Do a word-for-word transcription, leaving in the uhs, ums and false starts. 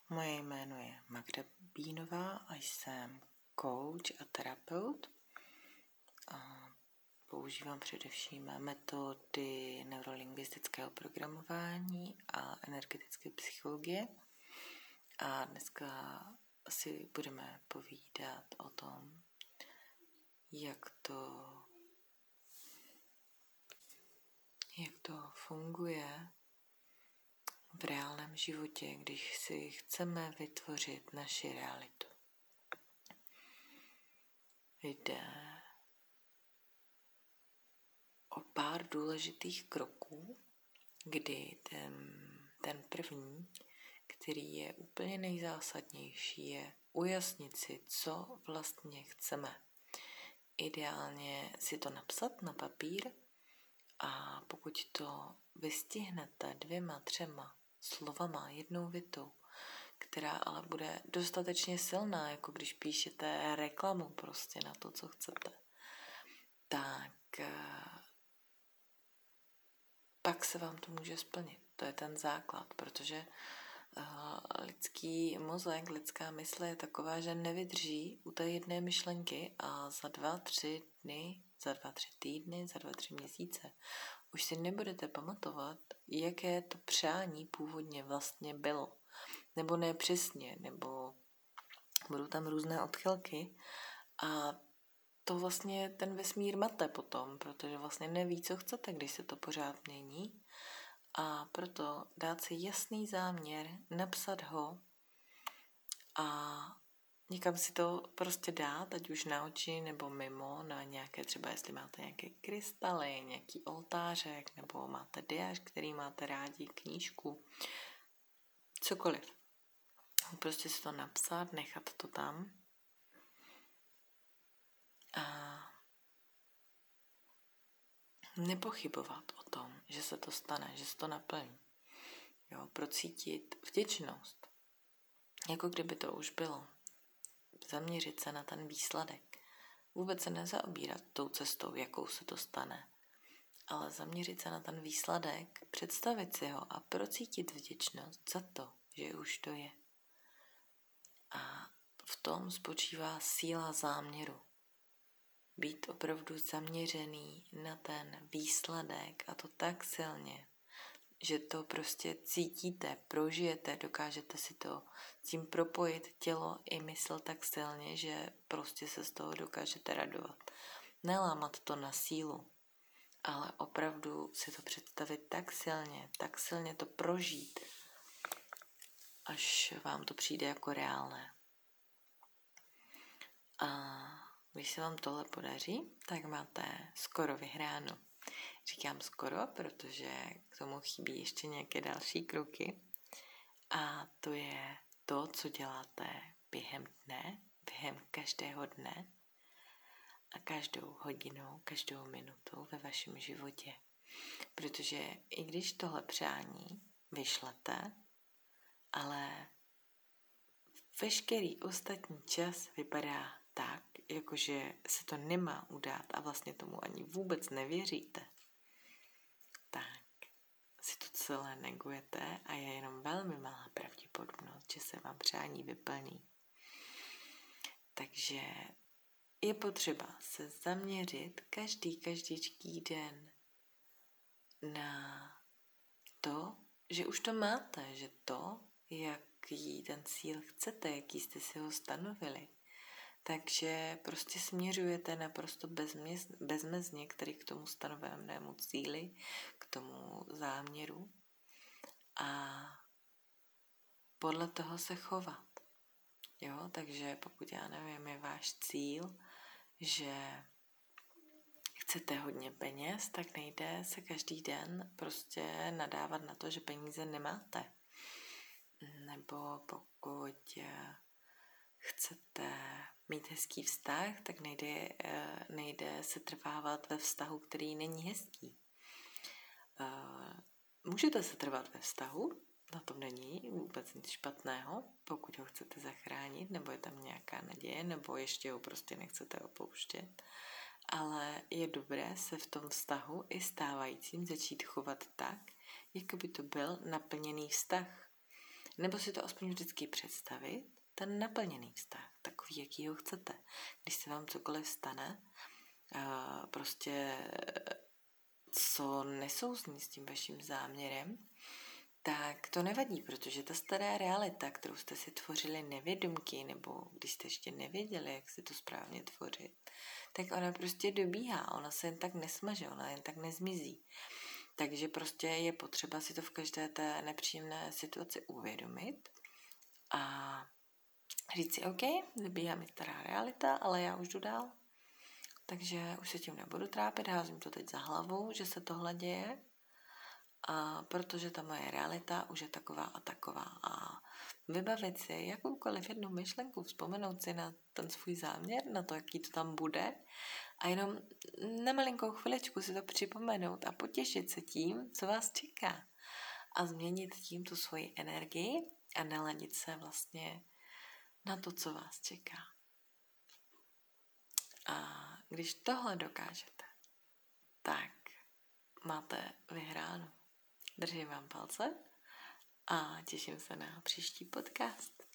Moje jméno je Magda Bínová a jsem coach a terapeut. A používám především metody neurolingvistického programování a energetické psychologie. A dneska si budeme povídat o tom, jak to, jak to funguje v reálném životě, když si chceme vytvořit naši realitu. Jde o pár důležitých kroků, kdy ten, ten první, který je úplně nejzásadnější, je ujasnit si, co vlastně chceme. Ideálně si to napsat na papír a pokud to vystihnete dvěma, třema slovama, jednou větou, která ale bude dostatečně silná, jako když píšete reklamu prostě na to, co chcete, tak pak se vám to může splnit. To je ten základ, protože uh, lidský mozek, lidská mysl je taková, že nevydrží u té jedné myšlenky a za dva, tři dny, za dva, tři týdny, za dva, tři měsíce už si nebudete pamatovat, jaké to přání původně vlastně bylo. Nebo ne přesně, nebo budou tam různé odchylky a to vlastně ten vesmír mate potom, protože vlastně neví, co chcete, když se to pořád mění. A proto dát si jasný záměr, napsat ho a někam si to prostě dát, ať už na oči nebo mimo, na nějaké, třeba jestli máte nějaké krystaly, nějaký oltářek, nebo máte diář, který máte rádi, knížku, cokoliv. Prostě si to napsat, nechat to tam a nepochybovat o tom, že se to stane, že se to naplní. Jo, procítit vděčnost, jako kdyby to už bylo. Zaměřit se na ten výsledek. Vůbec se nezaobírat tou cestou, jakou se to stane, ale zaměřit se na ten výsledek, představit si ho a procítit vděčnost za to, že už to je. A v tom spočívá síla záměru. Být opravdu zaměřený na ten výsledek a to tak silně, že to prostě cítíte, prožijete, dokážete si to s tím propojit tělo i mysl tak silně, že prostě se z toho dokážete radovat. Nelámat to na sílu, ale opravdu si to představit tak silně, tak silně to prožít, až vám to přijde jako reálné. A když se vám tohle podaří, tak máte skoro vyhráno. Říkám skoro, protože k tomu chybí ještě nějaké další kroky. A to je to, co děláte během dne, během každého dne a každou hodinou, každou minutou ve vašem životě. Protože i když tohle přání vyšlete, ale veškerý ostatní čas vypadá tak, jakože se to nemá udát a vlastně tomu ani vůbec nevěříte, tak si to celé negujete a je jenom velmi malá pravděpodobnost, že se vám přání vyplní. Takže je potřeba se zaměřit každý, každičký den na to, že už to máte, že to, jaký ten cíl chcete, jaký jste si ho stanovili, takže prostě směřujete naprosto bezměz, bezmezně k k tomu stanovenému cíli, k tomu záměru a podle toho se chovat. Jo, takže pokud já nevím, je váš cíl, že chcete hodně peněz, tak nejde se každý den prostě nadávat na to, že peníze nemáte. Nebo pokud chcete mít hezký vztah, tak nejde, nejde se trvávat ve vztahu, který není hezký. Můžete se trvat ve vztahu, na tom není vůbec nic špatného, pokud ho chcete zachránit, nebo je tam nějaká naděje, nebo ještě ho prostě nechcete opouštět. Ale je dobré se v tom vztahu i stávajícím začít chovat tak, jako by to byl naplněný vztah. Nebo si to aspoň vždycky představit, ten naplněný vztah, takový, jaký ho chcete. Když se vám cokoliv stane, prostě co nesouzní s tím vaším záměrem, tak to nevadí, protože ta stará realita, kterou jste si tvořili nevědomky, nebo když jste ještě nevěděli, jak si to správně tvořit, tak ona prostě dobíhá, ona se jen tak nesmaže, ona jen tak nezmizí. Takže prostě je potřeba si to v každé té nepříjemné situaci uvědomit a říct si, OK, dobíhá mi stará realita, ale já už jdu dál. Takže už se tím nebudu trápit, házím to teď za hlavou, že se tohle děje, a protože ta moje realita už je taková a taková. A vybavit si jakoukoliv jednu myšlenku, vzpomenout si na ten svůj záměr, na to, jaký to tam bude a jenom na malinkou chviličku si to připomenout a potěšit se tím, co vás čeká. A změnit tím tu svoji energii a naladit se vlastně na to, co vás čeká. A když tohle dokážete, tak máte vyhráno. Držím vám palce a těším se na příští podcast.